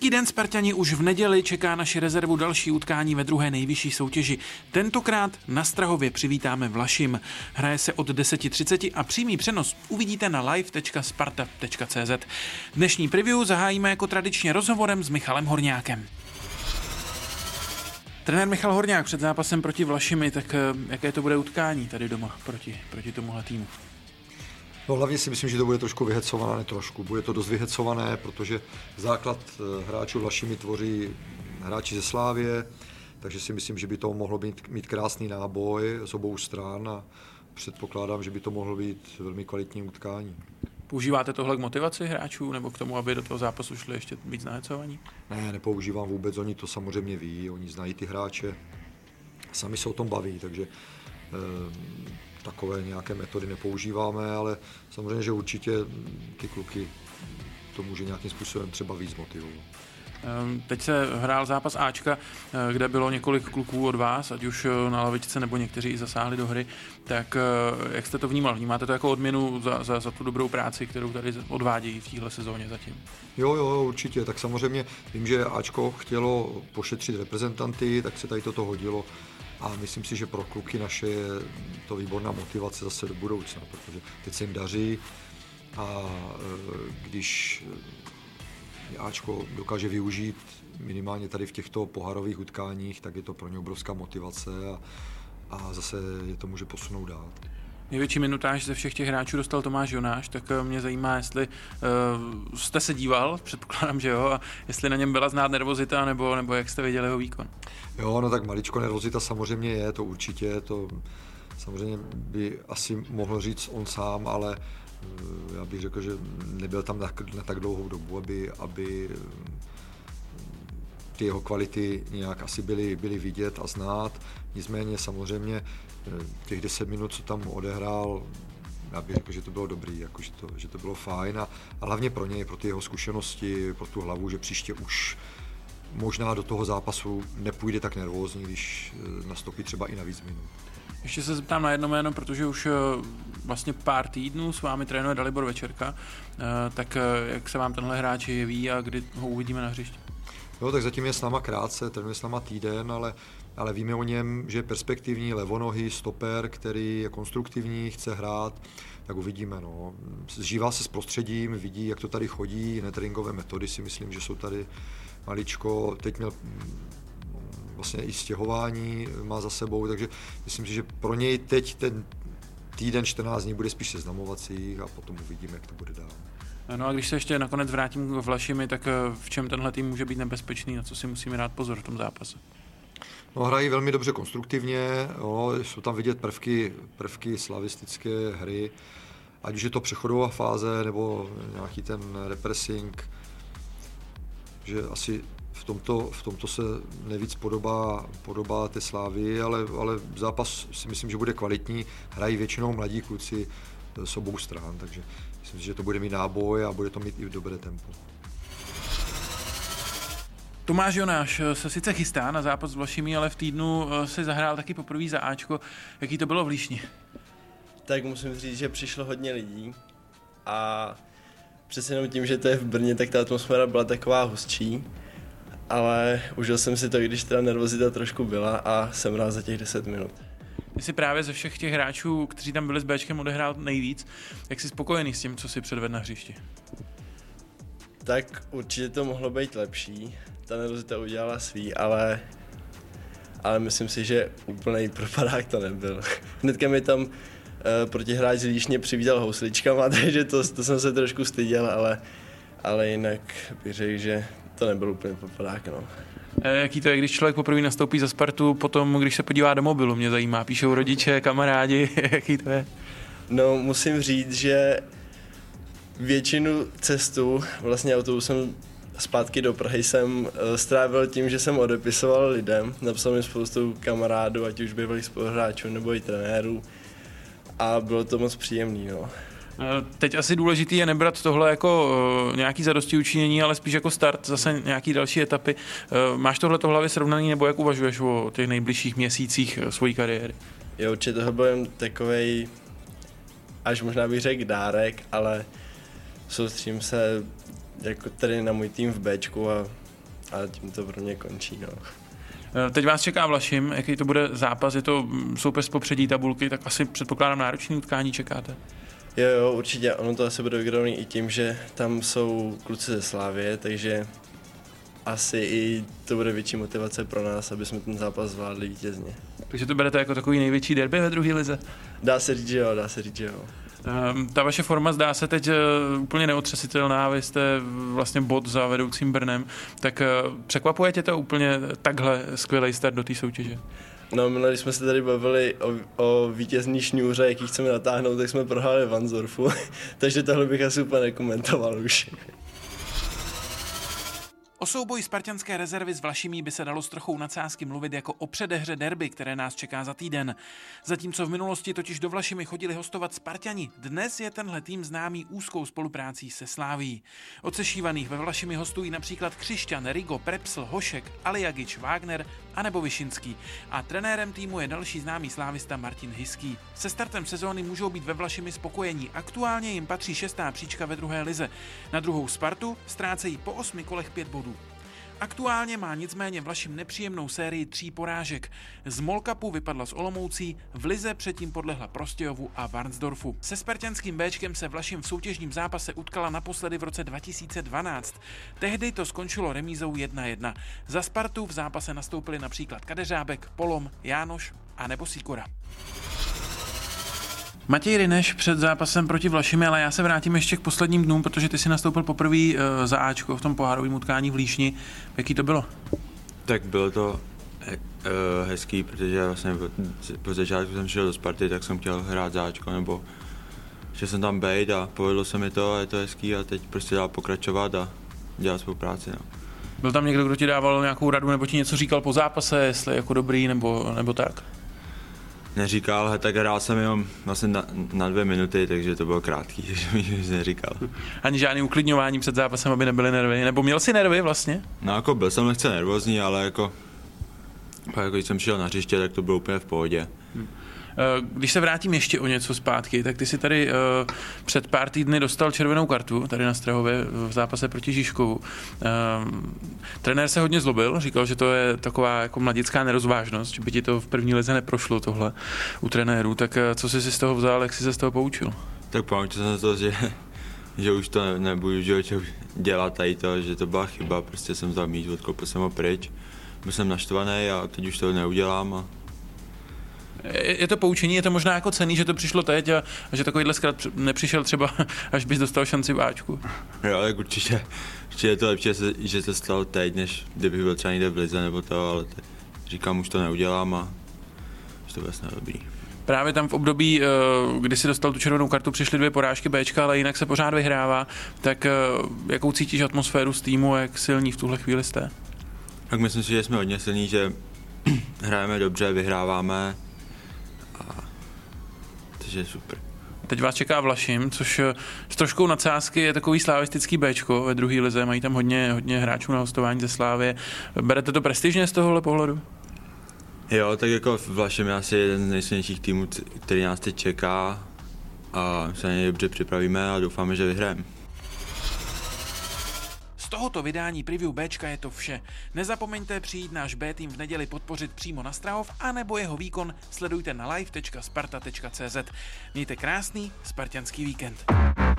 Hezký den, Spartani, už v neděli čeká naši rezervu další utkání ve druhé nejvyšší soutěži. Tentokrát na Strahově přivítáme Vlašim. Hraje se od 10:30 a přímý přenos uvidíte na live.sparta.cz. Dnešní preview zahájíme jako tradičně rozhovorem s Michalem Horňákem. Trenér Michal Horňák před zápasem proti Vlašimi, tak jaké to bude utkání tady doma proti tomuhle týmu? No hlavně si myslím, že to bude trošku vyhecované, bude to dost vyhecované, protože základ hráčů Vlašimi tvoří hráči ze Slávie, takže si myslím, že by to mohlo mít krásný náboj z obou stran a předpokládám, že by to mohlo být velmi kvalitní utkání. Používáte tohle k motivaci hráčů nebo k tomu, aby do toho zápasu šli ještě víc nahecovaní? Ne, nepoužívám vůbec, oni to samozřejmě ví, oni znají ty hráče, sami se o tom baví, takže takové nějaké metody nepoužíváme, ale samozřejmě, že určitě ty kluky to může nějakým způsobem třeba víc motivovat. Teď se hrál zápas Ačka, kde bylo několik kluků od vás, ať už na lavičce nebo někteří i zasáhli do hry, tak jak jste to vnímal? Vnímáte to jako odměnu za tu dobrou práci, kterou tady odvádějí v téhle sezóně zatím? Jo, určitě, tak samozřejmě vím, že Ačko chtělo pošetřit reprezentanty, tak se tady toto hodilo. A myslím si, že pro kluky naše je to výborná motivace zase do budoucna, protože teď se jim daří a když Ačko dokáže využít minimálně tady v těchto pohárových utkáních, tak je to pro ně obrovská motivace a zase je to může posunout dál. Největší minutáž ze všech těch hráčů dostal Tomáš Jonáš, tak mě zajímá, jestli jste se díval, předpokládám, že jo, a jestli na něm byla znát nervozita, nebo jak jste viděli jeho výkon. Jo, no tak maličko nervozita samozřejmě je, to určitě, to samozřejmě by asi mohl říct on sám, ale já bych řekl, že nebyl tam na tak dlouhou dobu, aby ty jeho kvality nějak asi byly vidět a znát. Nicméně samozřejmě těch 10 minut, co tam odehrál, já bych řekl, že to bylo dobrý, jako, že to bylo fajn a hlavně pro něj, pro ty jeho zkušenosti, pro tu hlavu, že příště už možná do toho zápasu nepůjde tak nervózní, když nastoupí třeba i na víc minut. Ještě se zeptám na jedno jméno, protože už vlastně pár týdnů s vámi trénuje Dalibor Večerka, tak jak se vám tenhle hráč jeví a kdy ho uvidíme na hřišti? No, tak zatím je s náma krátce, trénuje s náma týden, ale víme o něm, že je perspektivní levonohý stoper, který je konstruktivní, chce hrát, tak uvidíme. No. Zžívá se s prostředím, vidí, jak to tady chodí, netréninkové metody si myslím, že jsou tady maličko, teď měl vlastně i stěhování má za sebou, takže myslím si, že pro něj teď ten týden 14 dní bude spíš seznamovacích a potom uvidíme, jak to bude dál. No a když se ještě nakonec vrátím k Vlašimi, tak v čem tenhle tým může být nebezpečný, na co si musíme dát pozor v tom zápase? No, hrají velmi dobře konstruktivně, jo, jsou tam vidět prvky slavistické hry, ať už je to přechodová fáze nebo nějaký ten repressing, že asi v tomto se nejvíc podobá té Slávii, ale zápas si myslím, že bude kvalitní, hrají většinou mladí kluci z obou stran, takže myslím, že to bude mít náboj a bude to mít i dobré tempo. Tomáš Jonáš se sice chystá na zápas s Vlašimi, ale v týdnu si zahrál taky poprvé za Ačko. Jaký to bylo v Líšni? Tak musím říct, že přišlo hodně lidí a přesně jenom tím, že to je v Brně, tak ta atmosféra byla taková hustší, ale užil jsem si to, když ta nervozita trošku byla a jsem rád za těch 10 minut. Ty jsi právě ze všech těch hráčů, kteří tam byli s Bčkem, odehrál nejvíc. Jak jsi spokojený s tím, co si předvedl na hřišti? Tak určitě to mohlo být lepší. Ta nervozita udělala svý, ale myslím si, že úplnej propadák to nebyl. Hnedka mi tam protihráč z Líšně přivítal housličkama, takže to jsem se trošku styděl, ale jinak bych řekl, že to nebyl úplně propadák. No. Jaký to je, když člověk poprvé nastoupí za Spartu, potom když se podívá do mobilu, mě zajímá, píšou rodiče, kamarádi, jaký to je? No, musím říct, že většinu cestu vlastně autobusem zpátky do Prahy jsem strávil tím, že jsem odepisoval lidem, napsal mi spoustu kamarádů, ať už bývalých spoluhráčů nebo i trenérů a bylo to moc příjemný. No. Teď asi důležitý je nebrat tohle jako nějaký zadostiučinění, ale spíš jako start zase nějaký další etapy. Máš tohle to v hlavě srovnaný, nebo jak uvažuješ o těch nejbližších měsících svojí kariéry? Jo, určitě toho byl takovej, až možná bych řekl dárek, ale soustředím se jako tady na můj tým v Bčku a a tím to pro mě končí. No. Teď vás čeká Vlašim, jaký to bude zápas, je to soupeř z popředí tabulky, tak asi předpokládám náročný utkání čekáte. Jo, určitě, ono to asi bude vygravený i tím, že tam jsou kluci ze Slávie, takže asi i to bude větší motivace pro nás, aby jsme ten zápas zvládli vítězně. Takže to berete jako takový největší derby ve druhé lize? Dá se říct, že jo. Ta vaše forma zdá se teď úplně neotřesitelná, vy jste vlastně bod za vedoucím Brnem, tak překvapuje tě to úplně takhle skvělý start do té soutěže? No, když jsme se tady bavili o vítězný šňůře, jaký chceme natáhnout, tak jsme prohráli v Varnsdorfu, takže tohle bych asi úplně nekomentoval už. O souboji spartanské rezervy s Vlašimí by se dalo s trochou nadsázky mluvit jako o předehře derby, které nás čeká za týden. Zatímco v minulosti totiž do Vlašimi chodili hostovat Spartani, dnes je tenhle tým známý úzkou spoluprácí se Slávií. Od sešívaných ve Vlašimi hostují například Křišťan, Rigo, Prepsl, Hošek, Aliagič, Wagner a nebo Vyšinský. A trenérem týmu je další známý slávista Martin Hiský. Se startem sezóny můžou být ve Vlašimi spokojení. Aktuálně jim patří 6. příčka ve druhé lize. Na druhou Spartu ztrácejí po 8 kolech 5 bodů. Aktuálně má nicméně Vlašim nepříjemnou sérii 3 porážek. Z MOL Cupu vypadla s Olomoucí, v lize předtím podlehla Prostějovu a Varnsdorfu. Se spartanským Béčkem se Vlašim v soutěžním zápase utkala naposledy v roce 2012. Tehdy to skončilo remízou 1-1. Za Spartu v zápase nastoupili například Kadeřábek, Polom, Jánoš a nebo Sikora. Matěj Ryneš před zápasem proti Vlašimi, ale já se vrátím ještě k posledním dnům, protože ty si nastoupil poprvé za Ačko v tom pohárovém utkání v Líšni. Jaký to bylo? Tak bylo to hezký, protože vlastně po začátku jsem šel do Sparty, tak jsem chtěl hrát za Ačko, nebo že jsem tam bejt a povedlo se mi to a je to hezký a teď prostě dál pokračovat a dělat spolupráci. No. Byl tam někdo, kdo ti dával nějakou radu nebo ti něco říkal po zápase, jestli jako dobrý nebo tak? Neříkal, ale tak hrál jsem jenom vlastně na 2 minuty, takže to bylo krátký, takže mi nic neříkal. Ani žádný uklidňování před zápasem, aby nebyly nervy, nebo měl jsi nervy vlastně? No jako byl jsem lehce nervózní, ale jako když jsem šel na hřiště, tak to bylo úplně v pohodě. Když se vrátím ještě o něco zpátky, tak ty si tady před pár týdny dostal červenou kartu tady na Strahově v zápase proti Žižkovu. Trenér se hodně zlobil, říkal, že to je taková jako mladická nerozvážnost, že by ti to v první lize neprošlo tohle u trenérů. Tak co jsi si z toho vzal, jak jsi se z toho poučil? Tak poučil jsem to, že už to nebudu dělat tady to, že to byla chyba, prostě jsem vzal míč, odkopil jsem ho pryč. Byl jsem naštvaný a teď už to neudělám. A je to poučení, je to možná jako cenný, že to přišlo teď a že takovýhle zkrát nepřišel třeba, až bys dostal šanci v Ačku. Jo, tak určitě je to lepší, že se stalo teď, než kdybych byl třeba někde v lize nebo to, ale říkám, už to neudělám a už to vlastně dobrý. Právě tam v období, kdy si dostal tu červenou kartu, přišly 2 porážky Bčka, ale jinak se pořád vyhrává, tak jakou cítíš atmosféru z týmu a jak silní v tuhle chvíli jste? Tak myslím si, že jsme hodně silní, že hrajeme dobře, vyhráváme. Takže super. Teď vás čeká Vlašim, což s troškou nadsázky je takový slavistický Bčko ve druhé lize, mají tam hodně hráčů na hostování ze Slávie. Berete to prestižně z tohohle pohledu? Jo, tak jako Vlašim je asi jeden z nejsilnějších týmů, který nás teď čeká a se na něj dobře připravíme a doufáme, že vyhrajeme. Z tohoto vydání preview Bčka je to vše. Nezapomeňte přijít náš B tým v neděli podpořit přímo na Strahov a nebo jeho výkon sledujte na live.sparta.cz. Mějte krásný spartanský víkend.